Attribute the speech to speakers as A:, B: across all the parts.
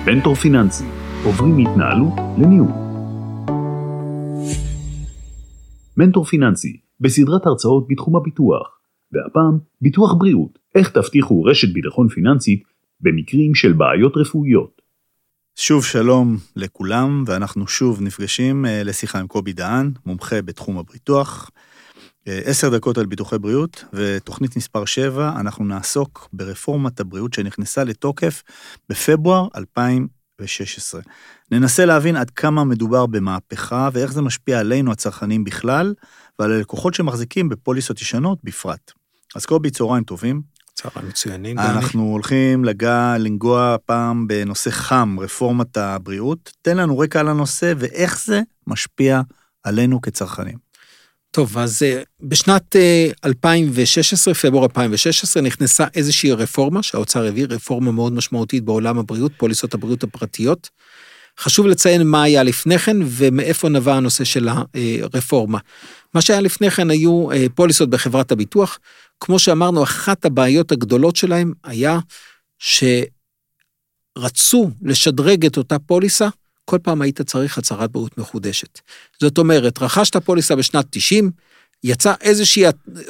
A: מנטור פיננסי, עוברים מהתנהלות לניהול. מנטור פיננסי, בסדרת הרצאות בתחום הביטוח, והפעם ביטוח בריאות, איך תבטיחו רשת ביטחון פיננסית במקרים של בעיות רפואיות.
B: שוב שלום לכולם, ואנחנו שוב נפגשים לשיחה עם קובי דהן, מומחה בתחום הביטוח. 10 דקות על ביטוחי בריאות, ותוכנית מספר 7, אנחנו נעסוק ברפורמת הבריאות שנכנסה לתוקף בפברואר 2016. ננסה להבין עד כמה מדובר במהפכה, ואיך זה משפיע עלינו הצרכנים בכלל, ועל הלקוחות שמחזיקים בפוליסות ישנות בפרט. אז קובי, צהריים טובים.
C: צהריים מצוינים.
B: אנחנו הולכים לנגוע פעם בנושא חם, רפורמת הבריאות. תן לנו רקע על הנושא, ואיך זה משפיע עלינו כצרכנים.
C: טוב, אז בשנת 2016, פברואר 2016, נכנסה איזושהי רפורמה, שהאוצר הביא, רפורמה מאוד משמעותית בעולם הבריאות, פוליסות הבריאות הפרטיות. חשוב לציין מה היה לפני כן, ומאיפה נבע הנושא של הרפורמה. מה שהיה לפני כן היו פוליסות בחברת הביטוח, כמו שאמרנו, אחת הבעיות הגדולות שלהם היה שרצו לשדרג את אותה פוליסה, כל פעם היית צריך הצהרת בריאות מחודשת. זאת אומרת, רכשת פוליסה בשנת 90, יצא איזושהי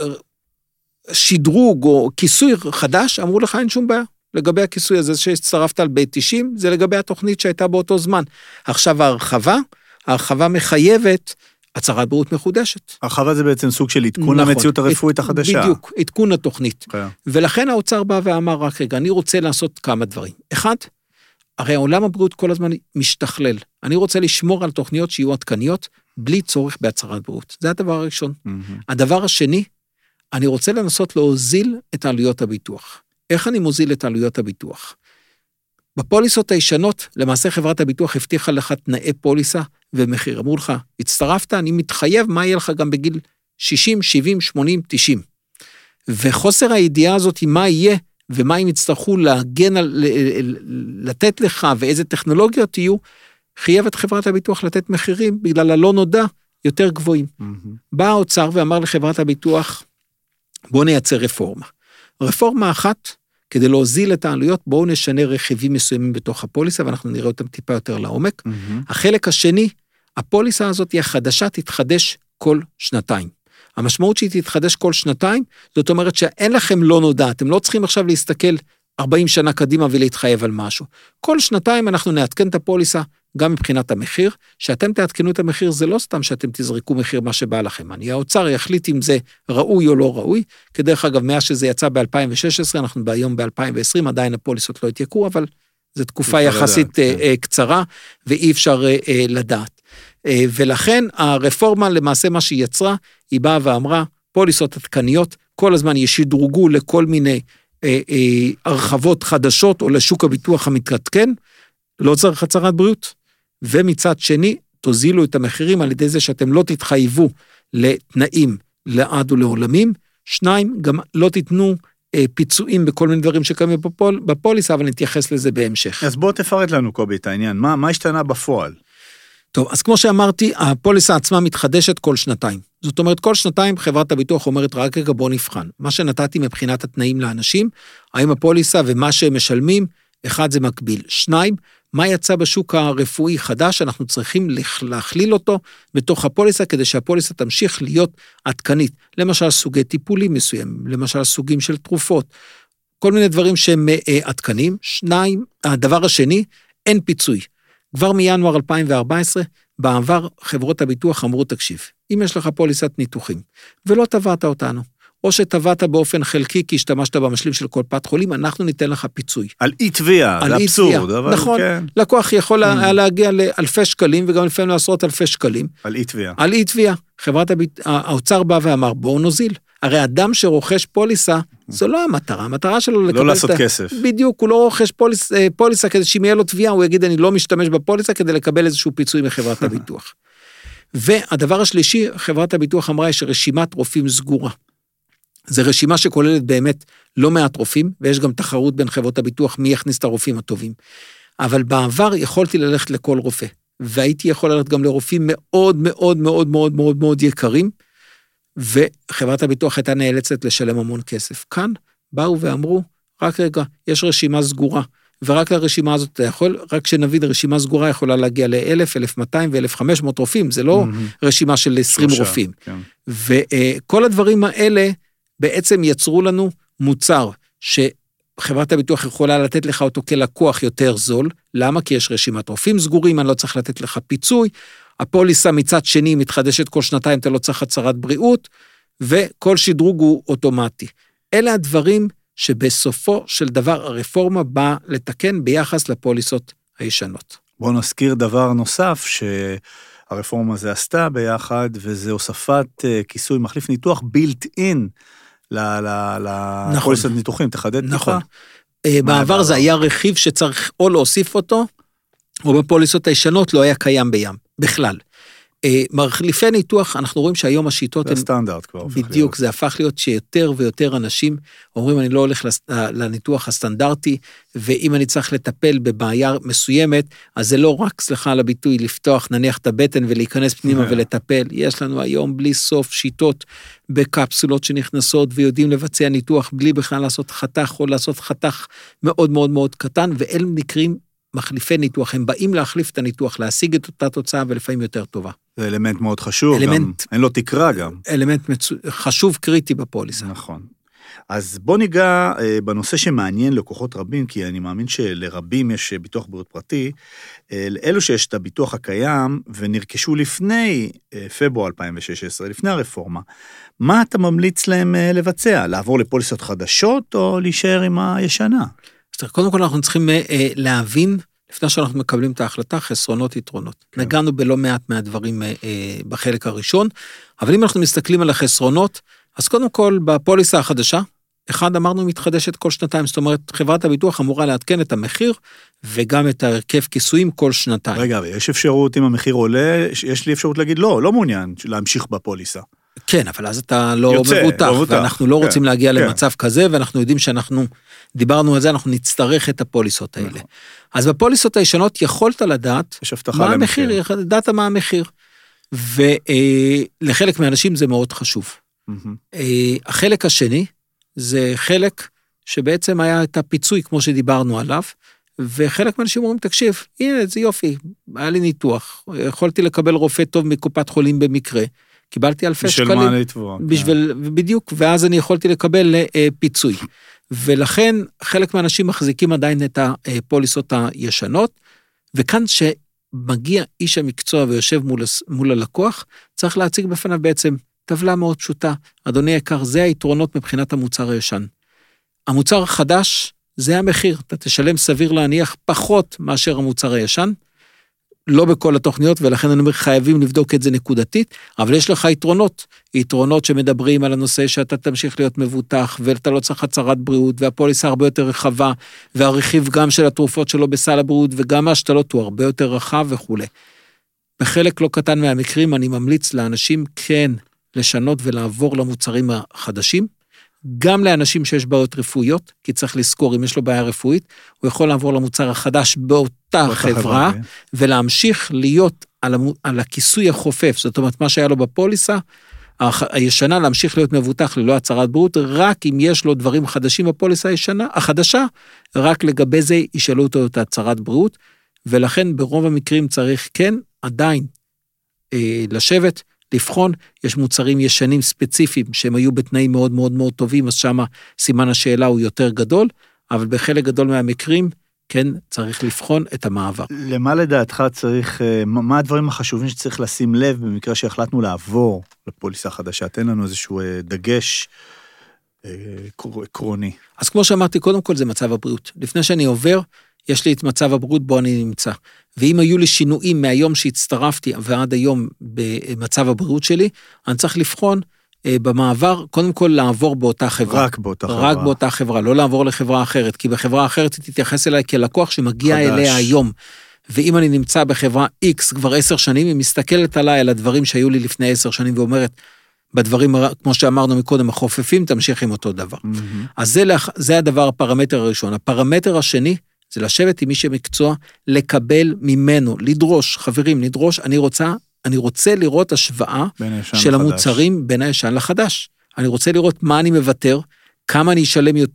C: שדרוג או כיסוי חדש, אמרו לך אין שום בעיה. לגבי הכיסוי הזה שהצטרפת על בית 90, זה לגבי התוכנית שהייתה באותו זמן. עכשיו ההרחבה מחייבת הצהרת בריאות מחודשת.
B: הרחבה זה בעצם סוג של עדכון המציאות הרפואית החדשה.
C: בדיוק, עדכון התוכנית. ולכן האוצר בא ואמר רק רגע, אני רוצה לעשות כמה דברים. אחד, הרי העולם הבריאות כל הזמן משתכלל. אני רוצה לשמור על תוכניות שיהיו עדכניות, בלי צורך בהצהרת בריאות. זה הדבר הראשון. הדבר השני, אני רוצה לנסות להוזיל את עלויות הביטוח. איך אני מוזיל את עלויות הביטוח? בפוליסות הישנות, למעשה חברת הביטוח הבטיחה לך תנאי פוליסה ומחיר. אמרו לך, הצטרפת, אני מתחייב, מה יהיה לך גם בגיל 60, 70, 80, 90. וחוסר הידיעה הזאת, מה יהיה, ומה הם יצטרכו להגן, לתת לך, ואיזה טכנולוגיות יהיו, חייב את חברת הביטוח לתת מחירים, בגלל הלא נודע, יותר גבוהים. בא האוצר ואמר לחברת הביטוח, בוא נייצר רפורמה. רפורמה אחת, כדי להוזיל את העלויות, בואו נשנה רכיבים מסוימים בתוך הפוליסה, ואנחנו נראה אותם טיפה יותר לעומק. החלק השני, הפוליסה הזאת היא החדשה, תתחדש כל שנתיים. המשמעות שהיא תתחדש כל שנתיים, זאת אומרת שאין לכם לא נודע, אתם לא צריכים עכשיו להסתכל 40 שנה קדימה ולהתחייב על משהו. כל שנתיים אנחנו נעדכן את הפוליסה, גם מבחינת המחיר, שאתם תעדכנו את המחיר, זה לא סתם שאתם תזרקו מחיר מה שבא לכם, האוצר יחליט אם זה ראוי או לא ראוי, כדרך אגב, מאז שזה יצא ב-2016, אנחנו ביום ב-2020, עדיין הפוליסות לא התייקרו, אבל זו תקופה יחסית קצרה, ואי אפשר לדעת. ולכן הרפורמה למעשה מה שהיא יצרה, היא באה ואמרה, פוליסות עדכניות, כל הזמן ישדרגו לכל מיני הרחבות חדשות, או לשוק הביטוח המתעדכן, לא צריך הצהרת בריאות, ומצד שני, תוזילו את המחירים על ידי זה שאתם לא תתחייבו לתנאים לעד ולעולמים, 2, גם לא תיתנו פיצויים בכל מיני דברים שקיימים בפוליסה, אבל נתייחס לזה בהמשך.
B: אז בוא תפרט לנו, קובי, את העניין, מה השתנה בפועל?
C: טוב, אז כמו שאמרתי, הפוליסה עצמה מתחדשת כל שנתיים. זאת אומרת, כל שנתיים חברת הביטוח אומרת, רק רגע בוא נבחן. מה שנתתי מבחינת התנאים לאנשים, האם הפוליסה ומה שהם משלמים, 1 זה מקביל. 2, מה יצא בשוק הרפואי חדש, אנחנו צריכים להכליל אותו בתוך הפוליסה, כדי שהפוליסה תמשיך להיות עדכנית. למשל, סוגי טיפולים מסוימים, למשל, סוגים של תרופות, כל מיני דברים שהם עדכנים. 2, הדבר השני, אין פיצוי. כבר מינואר 2014, בעבר חברות הביטוח אמרו, תקשיב, אם יש לך פוליסת ניתוחים, ולא טבעת אותנו, או שטבעת באופן חלקי, כי השתמשת במשלים של כל פת חולים, אנחנו ניתן לך פיצוי.
B: על אי תביעה, זה אבסורד, אבל
C: נכון,
B: כן.
C: לקוח יכול להגיע לאלפי שקלים, וגם לפעמים לעשרות אלפי שקלים.
B: על אי תביעה.
C: על אי תביעה. האוצר בא ואמר, בואו נוזיל. הרי אדם שרוכש פוליסה, זו לא המטרה, המטרה שלו לקבל
B: לא לעשות כסף.
C: בדיוק, הוא לא רוכש פוליסה כדי שאם יהיה לו תביעה, הוא יגיד, אני לא משתמש בפוליסה, כדי לקבל איזשהו פיצוי מחברת הביטוח. והדבר השלישי, חברת הביטוח אמרה, יש רשימת רופאים סגורה. זו רשימה שכוללת באמת לא מעט רופאים, ויש גם תחרות בין חברות הביטוח, מי יכניס את הרופאים הטובים. אבל בעבר יכולתי ללכת לכל רופא, והייתי יכול ללכת גם לרופאים מאוד מאוד מאוד מאוד מאוד מאוד יקרים, וחברת הביטוח הייתה נאלצת לשלם המון כסף. כאן באו ואמרו, רק רגע, יש רשימה סגורה, ורק לרשימה הזאת אתה יכול, רק שנבין, רשימה סגורה יכולה להגיע ל-1,000, 1,200 ו-1,500 רופאים, זה לא רשימה של 20 רופאים. וכל הדברים האלה בעצם יצרו לנו מוצר, שחברת הביטוח יכולה לתת לך אותו כלקוח יותר זול, למה? כי יש רשימת רופאים סגורים, אני לא צריך לתת לך פיצוי, הפוליסה מצד שני מתחדשת כל שנתיים, אתה לא צריך הצהרת בריאות, וכל שדרוג הוא אוטומטי. אלה הדברים שבסופו של דבר הרפורמה באה לתקן ביחס לפוליסות הישנות.
B: בואו נזכיר דבר נוסף שהרפורמה הזה עשתה ביחד, וזה הוספת כיסוי מחליף ניתוח בילט אין לפוליסת ניתוחים, תחדד טיפה.
C: נכון. בעבר זה היה רכיב שצריך או להוסיף אותו, או בפוליסות הישנות לא היה קיים בכלל. מחליפי ניתוח, אנחנו רואים שהיום השיטות
B: זה הסטנדרט כבר.
C: בדיוק, זה הפך להיות שיותר ויותר אנשים אומרים, אני לא הולך לניתוח הסטנדרטי, ואם אני צריך לטפל בבעיה מסוימת, אז זה לא רק, סליחה על הביטוי, לפתוח נניח את הבטן ולהיכנס פנימה ולטפל. יש לנו היום בלי סוף שיטות בקפסולות שנכנסות, ויודעים לבצע ניתוח בלי בכלל לעשות חתך, או לעשות חתך מאוד מאוד מאוד קטן, ואלה נקראים מחליפי ניתוח, הם באים להחליף את הניתוח, להשיג את אותה תוצאה ולפעמים יותר טובה.
B: זה אלמנט מאוד חשוב, גם, אין לו תקרה גם.
C: אלמנט חשוב קריטי בפוליסה.
B: נכון. אז בוא ניגע בנושא שמעניין לקוחות רבים, כי אני מאמין שלרבים יש ביטוח בריאות פרטי, אלו שיש את הביטוח הקיים, ונרכשו לפני פברואר 2016, לפני הרפורמה, מה אתה ממליץ להם לבצע? לעבור לפוליסות חדשות, או להישאר עם הישנה?
C: אז קודם כל אנחנו צריכים להבין, לפני שאנחנו מקבלים את ההחלטה, חסרונות, יתרונות. כן. נגענו בלא מעט מהדברים בחלק הראשון, אבל אם אנחנו מסתכלים על החסרונות, אז קודם כל בפוליסה החדשה, אחד אמרנו מתחדשת כל שנתיים, זאת אומרת חברת הביטוח אמורה לעדכן את המחיר, וגם את הרכב כיסויים כל שנתיים.
B: רגע, ויש אפשרות, אם המחיר עולה, יש לי אפשרות להגיד לא מעוניין להמשיך בפוליסה.
C: כן, אבל אז אתה לא מבוטח, ואנחנו לא רוצים להגיע למצב כזה, ואנחנו יודעים שאנחנו, דיברנו על זה, אנחנו נצטרך את הפוליסות האלה. אז בפוליסות הישנות יכולת לדעת מה המחיר, ידעת מה המחיר, ולחלק מהאנשים זה מאוד חשוב. החלק השני, זה חלק שבעצם היה את הפיצוי, כמו שדיברנו עליו, וחלק מהאנשים אומרים, תקשיב, הנה, זה יופי, היה לי ניתוח, יכולתי לקבל רופא טוב מקופת חולים במקרה, קיבלתי אלפי שקלים.
B: בשביל מה לתבוע.
C: בדיוק, ואז אני יכולתי לקבל פיצוי. ולכן חלק מהאנשים מחזיקים עדיין את הפוליסות הישנות, וכאן שמגיע איש המקצוע ויושב מול הלקוח, צריך להציג בפניו בעצם טבלה מאוד פשוטה. אדוני יקר, זה היתרונות מבחינת המוצר הישן. המוצר החדש, זה המחיר. אתה תשלם סביר להניח פחות מאשר המוצר הישן, לא בכל התוכניות, ולכן אני אומר, חייבים לבדוק את זה נקודתית, אבל יש לך יתרונות שמדברים על הנושא שאתה תמשיך להיות מבוטח, ואתה לא צריך הצהרת בריאות, והפוליסה הרבה יותר רחבה, והרכיב גם של התרופות שלו בסל הבריאות, וגם ההשתלות הוא הרבה יותר רחב וכו'. בחלק לא קטן מהמקרים, אני ממליץ לאנשים כן לשנות ולעבור למוצרים החדשים, גם לאנשים שיש בעיות רפואיות, כי צריך לזכור, אם יש לו בעיה רפואית, הוא יכול לעבור למוצר החדש באותה חברה, ולהמשיך להיות על הכיסוי החופף, זאת אומרת, מה שהיה לו בפוליסה, הישנה להמשיך להיות מבוטח ללא הצהרת בריאות, רק אם יש לו דברים חדשים בפוליסה החדשה, רק לגבי זה ישאלו אותו את הצהרת בריאות, ולכן ברוב המקרים צריך כן, עדיין לשבת, לבחון, יש מוצרים ישנים ספציפיים, שהם היו בתנאים מאוד מאוד מאוד טובים, אז שמה סימן השאלה הוא יותר גדול, אבל בחלק גדול מהמקרים, כן צריך לבחון את המעבר.
B: למה לדעתך צריך, מה הדברים החשובים שצריך לשים לב, במקרה שהחלטנו לעבור לפוליסה חדשה, תן לנו איזשהו דגש עקרוני.
C: אז כמו שאמרתי, קודם כל זה מצב הבריאות. לפני שאני עובר, יש לי את מצב הבריאות בו אני נמצא. ואם היו לי שינויים מהיום שהצטרפתי ועד היום במצב הבריאות שלי, אני צריך לבחון במעבר, קודם כל לעבור באותה חברה.
B: רק באותה חברה.
C: רק באותה חברה, לא לעבור לחברה אחרת, כי בחברה אחרת תתייחס אליי כלקוח שמגיע אליה היום. ואם אני נמצא בחברה X כבר 10 שנים, היא מסתכלת עליי על הדברים שהיו לי לפני 10 שנים, ואומרת, בדברים, כמו שאמרנו מקודם, החופפים, תמשיך עם אותו דבר. אז זה הדבר, הפרמטר הראשון. הפרמטר השני, זה לשבת עם מי שמקצוע, לקבל ממנו, לדרוש, חברים, לדרוש, אני רוצה לראות השוואה של המוצרים בין הישן לחדש. אני רוצה לראות מה אני מוותר, כמה אני אשלם יותר,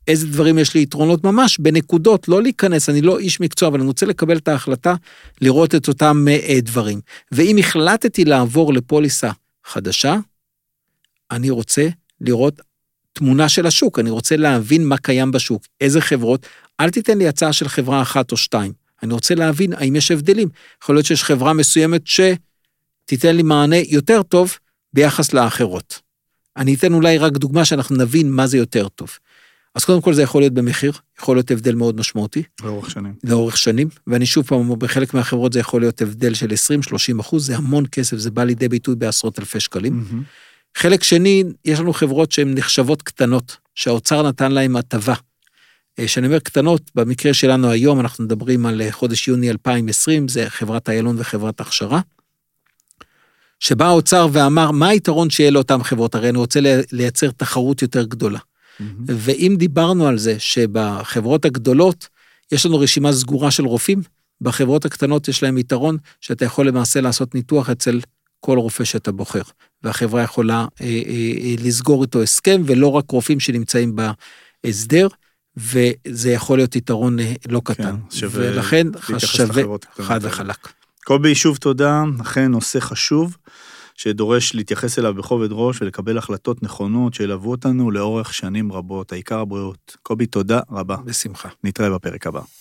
C: איזה דברים יש לי יתרונות ממש, בנקודות, לא להיכנס, אני לא איש מקצוע, אבל אני רוצה לקבל את ההחלטה, לראות את אותם דברים. ואם החלטתי לעבור לפוליסה חדשה, אני רוצה לראות תמונה של השוק, אני רוצה להבין מה קיים בשוק, איזה חברות, אל תיתן לי הצעה של חברה אחת או שתיים, אני רוצה להבין האם יש הבדלים, יכול להיות שיש חברה מסוימת שתיתן לי מענה יותר טוב ביחס לאחרות. אני אתן אולי רק דוגמה שאנחנו נבין מה זה יותר טוב. אז קודם כל זה יכול להיות במחיר, יכול להיות הבדל מאוד משמעותי. לאורך שנים, ואני שוב פעם, בחלק מהחברות זה יכול להיות הבדל של 20-30%, זה המון כסף, זה בא לידי ביטוי בעשרות אלפי שקלים. חלק שני, יש לנו חברות שהן נחשבות קטנות, שהאוצר נתן להן הטבה. שאני אומר קטנות, במקרה שלנו היום, אנחנו מדברים על חודש יוני 2020, זה חברת איילון וחברת הכשרה, שבא האוצר ואמר, מה היתרון שיהיה לאותן חברות? הרי אני רוצה לייצר תחרות יותר גדולה. ואם דיברנו על זה שבחברות הגדולות, יש לנו רשימה סגורה של רופאים, בחברות הקטנות יש להם יתרון, שאתה יכול למעשה לעשות ניתוח אצל כל רופא שאתה בוחר, והחברה יכולה לסגור איתו הסכם, ולא רק רופאים שנמצאים בהסדר, וזה יכול להיות יתרון לא קטן, ולכן שווה חד וחלק.
B: קובי, שוב תודה, אכן נושא חשוב, שדורש להתייחס אליו בכובד ראש, ולקבל החלטות נכונות שילוו אותנו לאורך שנים רבות, העיקר הבריאות. קובי, תודה רבה.
C: בשמחה.
B: נתראה בפרק הבא.